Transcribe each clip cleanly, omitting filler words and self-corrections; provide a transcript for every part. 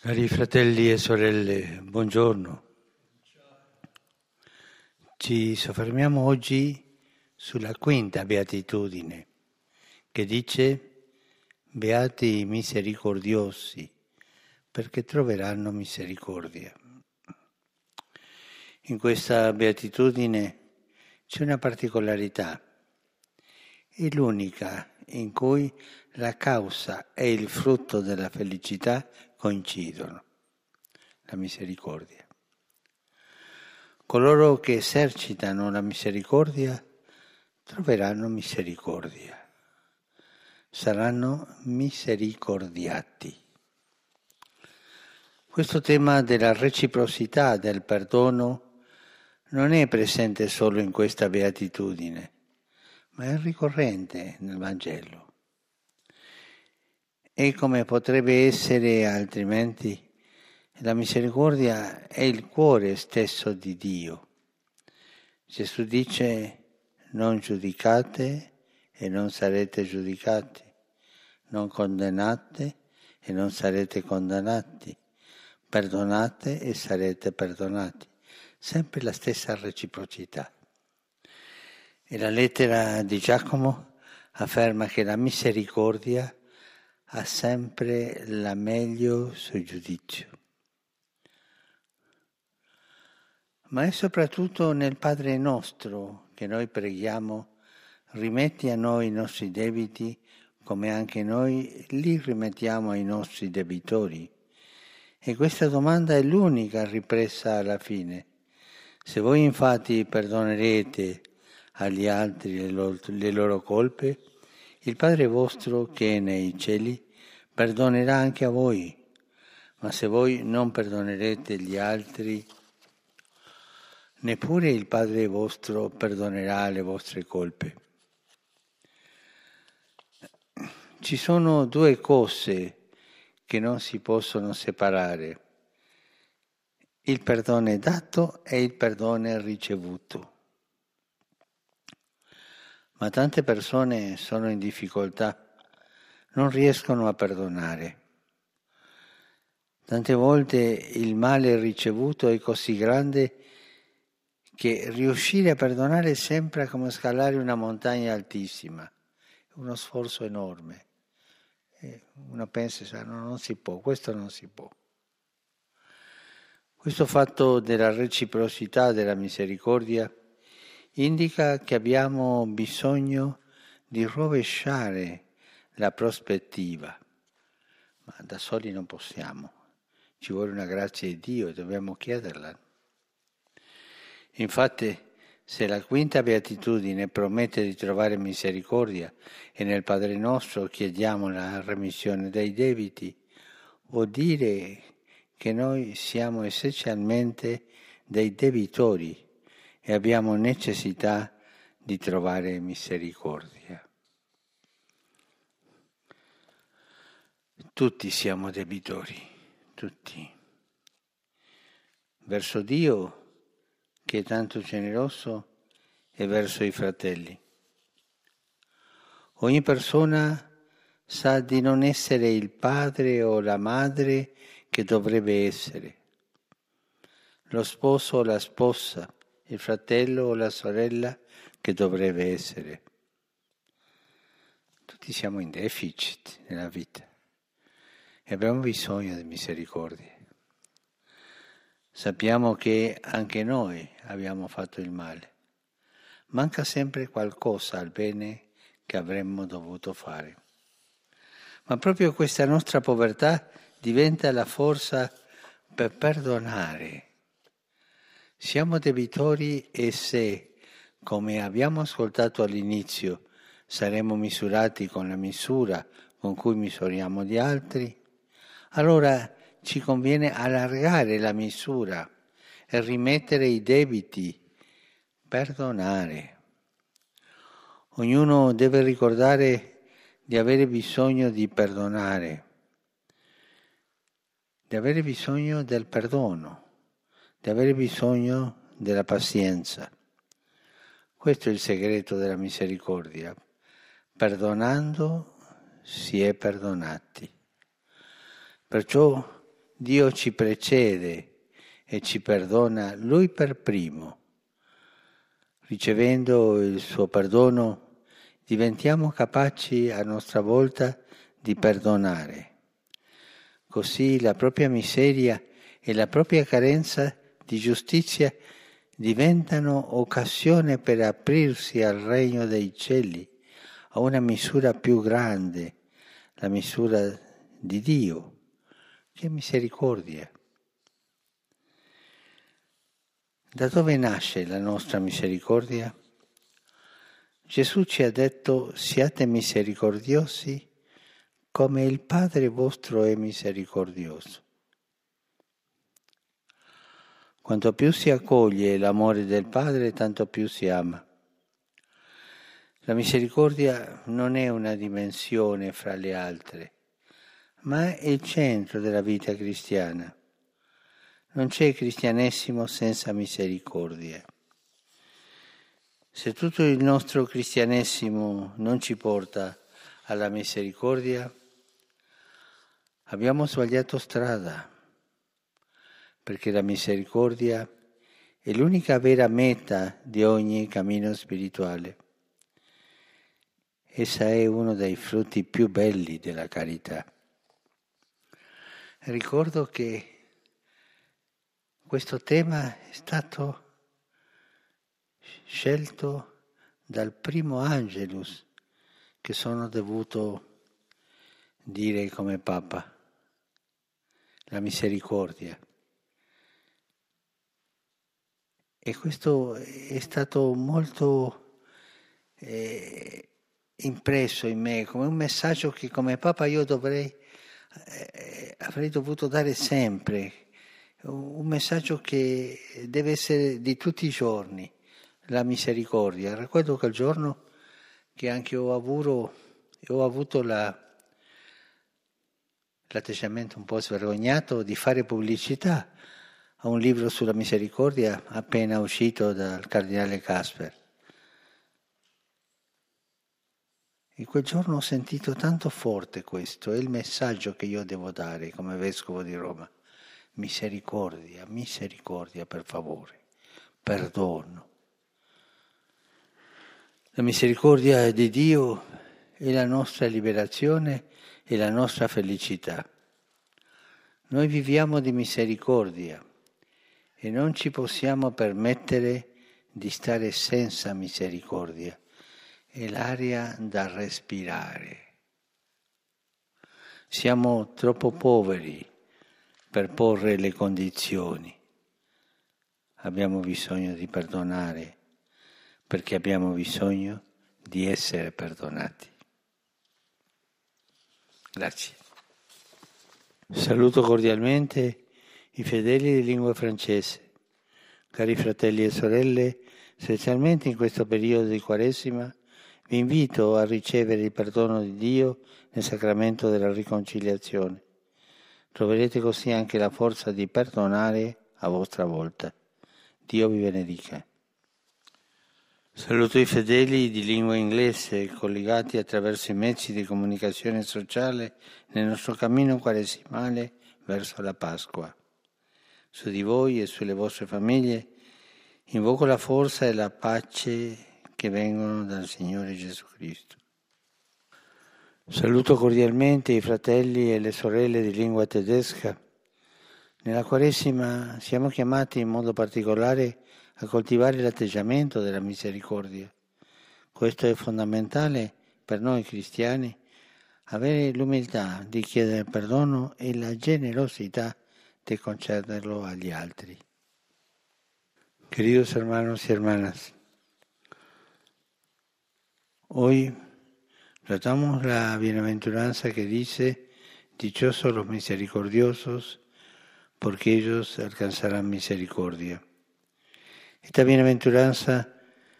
Cari fratelli e sorelle, buongiorno. Ci soffermiamo oggi sulla quinta beatitudine, che dice: beati i misericordiosi, perché troveranno misericordia. In questa beatitudine c'è una particolarità, è l'unica in cui la causa e il frutto della felicità coincidono, la misericordia. Coloro che esercitano la misericordia troveranno misericordia, saranno misericordiati. Questo tema della reciprocità, del perdono, non è presente solo in questa beatitudine, ma è ricorrente nel Vangelo. E come potrebbe essere altrimenti, la misericordia è il cuore stesso di Dio. Gesù dice: non giudicate e non sarete giudicati, non condannate e non sarete condannati, perdonate e sarete perdonati. Sempre la stessa reciprocità. E la lettera di Giacomo afferma che la misericordia ha sempre la meglio sul giudizio. Ma è soprattutto nel Padre nostro che noi preghiamo: rimetti a noi i nostri debiti come anche noi li rimettiamo ai nostri debitori. E questa domanda è l'unica ripresa alla fine. Se voi infatti perdonerete agli altri le loro colpe, il Padre vostro che è nei cieli perdonerà anche a voi. Ma se voi non perdonerete gli altri, neppure il Padre vostro perdonerà le vostre colpe. Ci sono due cose che non si possono separare: il perdono dato e il perdono ricevuto. Ma tante persone sono in difficoltà, non riescono a perdonare. Tante volte il male ricevuto è così grande che riuscire a perdonare sembra come scalare una montagna altissima, è uno sforzo enorme. E uno pensa: no, non si può, questo non si può. Questo fatto della reciprocità, della misericordia, indica che abbiamo bisogno di rovesciare la prospettiva, ma da soli non possiamo, ci vuole una grazia di Dio e dobbiamo chiederla. Infatti, se la quinta beatitudine promette di trovare misericordia e nel Padre nostro chiediamo la remissione dei debiti, vuol dire che noi siamo essenzialmente dei debitori e abbiamo necessità di trovare misericordia. Tutti siamo debitori, tutti. Verso Dio, che è tanto generoso, e verso i fratelli. Ogni persona sa di non essere il padre o la madre che dovrebbe essere, lo sposo o la sposa, il fratello o la sorella che dovrebbe essere. Tutti siamo in deficit nella vita e abbiamo bisogno di misericordia. Sappiamo che anche noi abbiamo fatto il male. Manca sempre qualcosa al bene che avremmo dovuto fare. Ma proprio questa nostra povertà diventa la forza per perdonare. Siamo debitori e se, come abbiamo ascoltato all'inizio, saremo misurati con la misura con cui misuriamo gli altri, allora ci conviene allargare la misura e rimettere i debiti, perdonare. Ognuno deve ricordare di avere bisogno di perdonare, di avere bisogno del perdono, di avere bisogno della pazienza. Questo è il segreto della misericordia. Perdonando si è perdonati. Perciò Dio ci precede e ci perdona Lui per primo. Ricevendo il suo perdono, diventiamo capaci a nostra volta di perdonare. Così la propria miseria e la propria carenza di giustizia diventano occasione per aprirsi al regno dei cieli, a una misura più grande, la misura di Dio, che è misericordia. Da dove nasce la nostra misericordia? Gesù ci ha detto: siate misericordiosi come il Padre vostro è misericordioso. Quanto più si accoglie l'amore del Padre, tanto più si ama. La misericordia non è una dimensione fra le altre, ma è il centro della vita cristiana. Non c'è cristianesimo senza misericordia. Se tutto il nostro cristianesimo non ci porta alla misericordia, abbiamo sbagliato strada, perché la misericordia è l'unica vera meta di ogni cammino spirituale. Essa è uno dei frutti più belli della carità. Ricordo che questo tema è stato scelto dal primo Angelus che sono dovuto dire come Papa, la misericordia. E questo è stato molto impresso in me come un messaggio che come Papa io avrei dovuto dare sempre, un messaggio che deve essere di tutti i giorni, la misericordia. Ricordo quel giorno che anche ho avuto l'atteggiamento un po' svergognato di fare pubblicità a un libro sulla misericordia appena uscito dal cardinale Casper. E quel giorno ho sentito tanto forte questo, è il messaggio che io devo dare come Vescovo di Roma. Misericordia, misericordia per favore, perdono. La misericordia di Dio è la nostra liberazione e la nostra felicità. Noi viviamo di misericordia e non ci possiamo permettere di stare senza misericordia. È l'aria da respirare. Siamo troppo poveri per porre le condizioni. Abbiamo bisogno di perdonare perché abbiamo bisogno di essere perdonati. Grazie. Saluto cordialmente i fedeli di lingua francese. Cari fratelli e sorelle, specialmente in questo periodo di Quaresima, vi invito a ricevere il perdono di Dio nel sacramento della riconciliazione. Troverete così anche la forza di perdonare a vostra volta. Dio vi benedica. Saluto i fedeli di lingua inglese collegati attraverso i mezzi di comunicazione sociale nel nostro cammino quaresimale verso la Pasqua. Su di voi e sulle vostre famiglie invoco la forza e la pace che vengono dal Signore Gesù Cristo. Saluto cordialmente i fratelli e le sorelle di lingua tedesca. Nella Quaresima siamo chiamati in modo particolare a coltivare l'atteggiamento della misericordia. Questo è fondamentale per noi cristiani, avere l'umiltà di chiedere perdono e la generosità di concederlo agli altri. Queridos hermanos y hermanas, hoy tratamos la bienaventuranza que dice: dichosos los misericordiosos, porque ellos alcanzarán misericordia. Esta bienaventuranza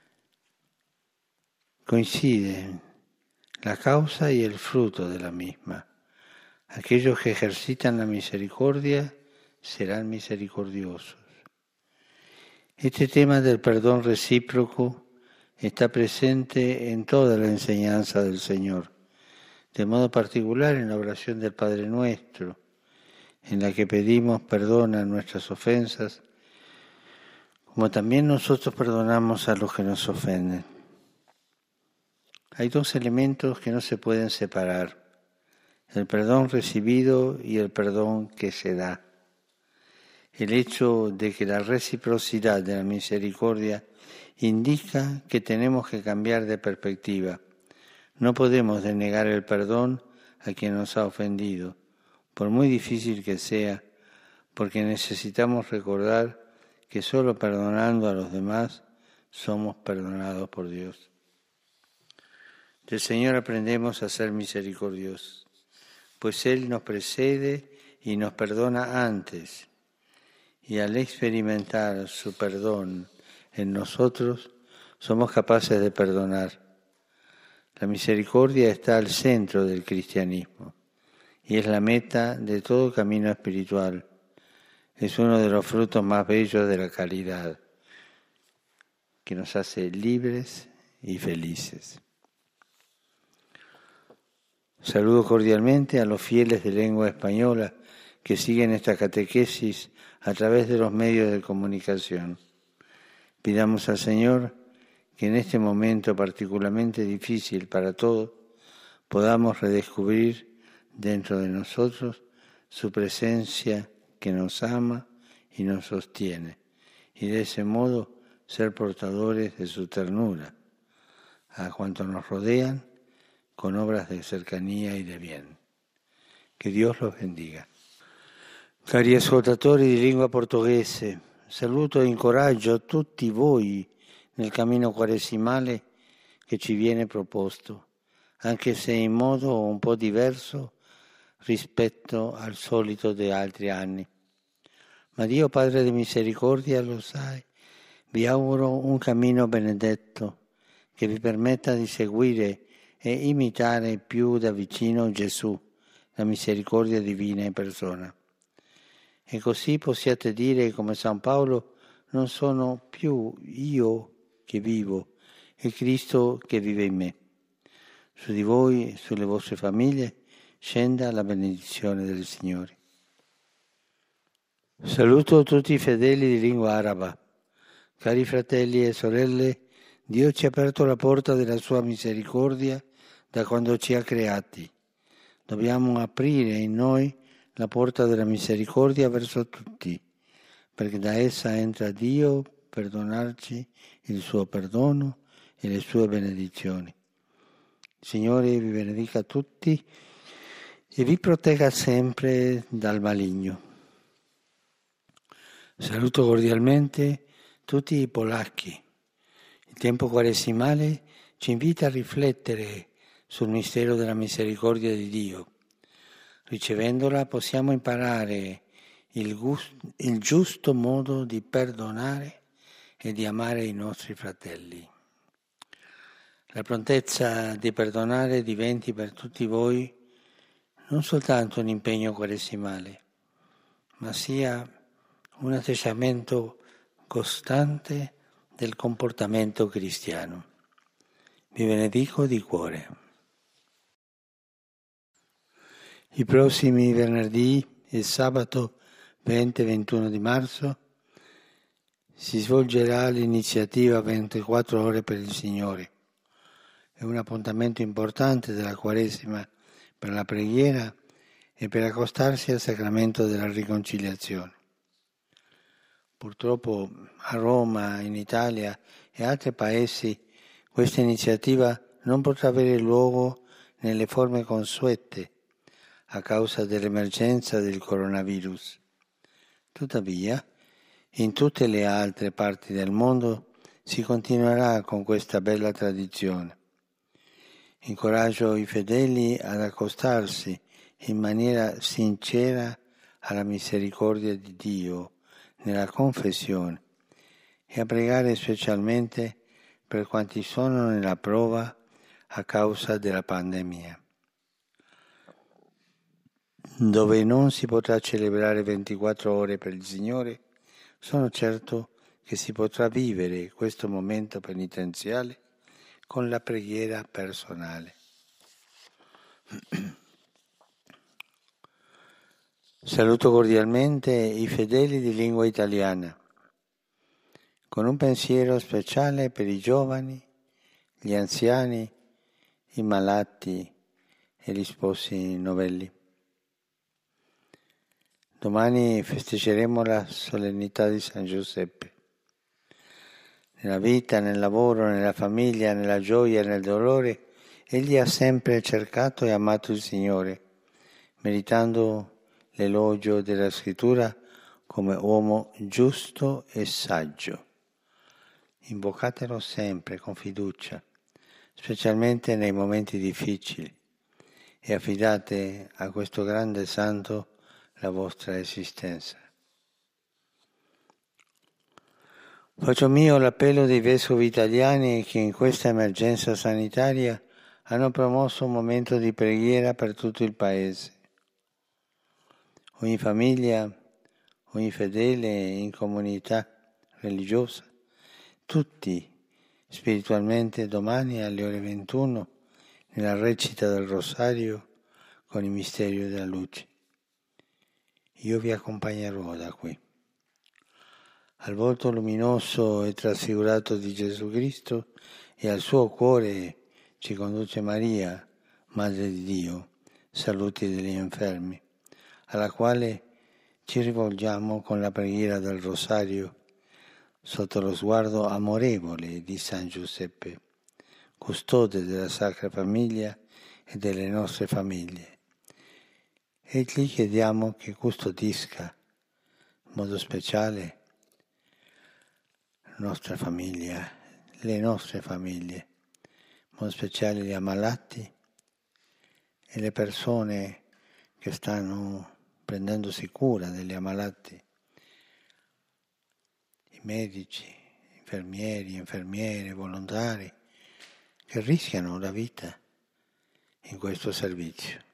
coincide la causa y el fruto de la misma. Aquellos que ejercitan la misericordia serán misericordiosos. Este tema del perdón recíproco está presente en toda la enseñanza del Señor, de modo particular en la oración del Padre Nuestro, en la que pedimos perdón a nuestras ofensas, como también nosotros perdonamos a los que nos ofenden. Hay dos elementos que no se pueden separar: el perdón recibido y el perdón que se da. El hecho de que la reciprocidad de la misericordia indica que tenemos que cambiar de perspectiva. No podemos denegar el perdón a quien nos ha ofendido, por muy difícil que sea, porque necesitamos recordar que solo perdonando a los demás somos perdonados por Dios. Del Señor aprendemos a ser misericordiosos, pues Él nos precede y nos perdona antes, y al experimentar su perdón en nosotros, somos capaces de perdonar. La misericordia está al centro del cristianismo y es la meta de todo camino espiritual. Es uno de los frutos más bellos de la caridad, que nos hace libres y felices. Saludo cordialmente a los fieles de lengua española que siguen esta catequesis a través de los medios de comunicación. Pidamos al Señor que en este momento particularmente difícil para todos podamos redescubrir dentro de nosotros su presencia que nos ama y nos sostiene, y de ese modo ser portadores de su ternura a cuantos nos rodean con obras de cercanía y de bien. Che Dio los bendiga. Cari ascoltatori di lingua portoghese, saluto e incoraggio tutti voi nel cammino quaresimale che ci viene proposto, anche se in modo un po' diverso rispetto al solito di altri anni. Ma Dio Padre di misericordia, lo sai, vi auguro un cammino benedetto che vi permetta di seguire e imitare più da vicino Gesù, la misericordia divina in persona. E così possiate dire come San Paolo: non sono più io che vivo, è Cristo che vive in me. Su di voi, sulle vostre famiglie, scenda la benedizione del Signore. Saluto tutti i fedeli di lingua araba. Cari fratelli e sorelle, Dio ci ha aperto la porta della sua misericordia da quando ci ha creati. Dobbiamo aprire in noi la porta della misericordia verso tutti, perché da essa entra Dio per donarci il suo perdono e le sue benedizioni. Il Signore vi benedica tutti e vi protegga sempre dal maligno. Saluto cordialmente tutti i polacchi. Il tempo quaresimale ci invita a riflettere sul mistero della misericordia di Dio. Ricevendola possiamo imparare il giusto modo di perdonare e di amare i nostri fratelli. La prontezza di perdonare diventi per tutti voi non soltanto un impegno quaresimale, ma sia un atteggiamento costante del comportamento cristiano. Vi benedico di cuore. I prossimi venerdì e sabato 20 e 21 di marzo si svolgerà l'iniziativa 24 ore per il Signore. È un appuntamento importante della Quaresima per la preghiera e per accostarsi al sacramento della riconciliazione. Purtroppo a Roma, in Italia e altri paesi questa iniziativa non potrà avere luogo nelle forme consuete a causa dell'emergenza del coronavirus. Tuttavia, in tutte le altre parti del mondo si continuerà con questa bella tradizione. Incoraggio i fedeli ad accostarsi in maniera sincera alla misericordia di Dio nella confessione e a pregare specialmente per quanti sono nella prova a causa della pandemia. Dove non si potrà celebrare 24 ore per il Signore, sono certo che si potrà vivere questo momento penitenziale con la preghiera personale. Saluto cordialmente i fedeli di lingua italiana, con un pensiero speciale per i giovani, gli anziani, i malati e gli sposi novelli. Domani festeggeremo la solennità di San Giuseppe. Nella vita, nel lavoro, nella famiglia, nella gioia e nel dolore, egli ha sempre cercato e amato il Signore, meritando l'elogio della Scrittura come uomo giusto e saggio. Invocatelo sempre con fiducia, specialmente nei momenti difficili, e affidate a questo grande santo la vostra esistenza. Faccio mio l'appello dei vescovi italiani che in questa emergenza sanitaria hanno promosso un momento di preghiera per tutto il Paese. Ogni famiglia, ogni fedele in comunità religiosa, tutti spiritualmente domani alle ore 21 nella recita del Rosario con il mistero della luce. Io vi accompagnerò da qui. Al volto luminoso e trasfigurato di Gesù Cristo e al suo cuore ci conduce Maria, Madre di Dio, saluti degli infermi, alla quale ci rivolgiamo con la preghiera del Rosario sotto lo sguardo amorevole di San Giuseppe, custode della Sacra Famiglia e delle nostre famiglie. E gli chiediamo che custodisca in modo speciale la nostra famiglia, le nostre famiglie, in modo speciale gli ammalati e le persone che stanno prendendosi cura degli ammalati, i medici, infermieri, infermiere, volontari, che rischiano la vita in questo servizio.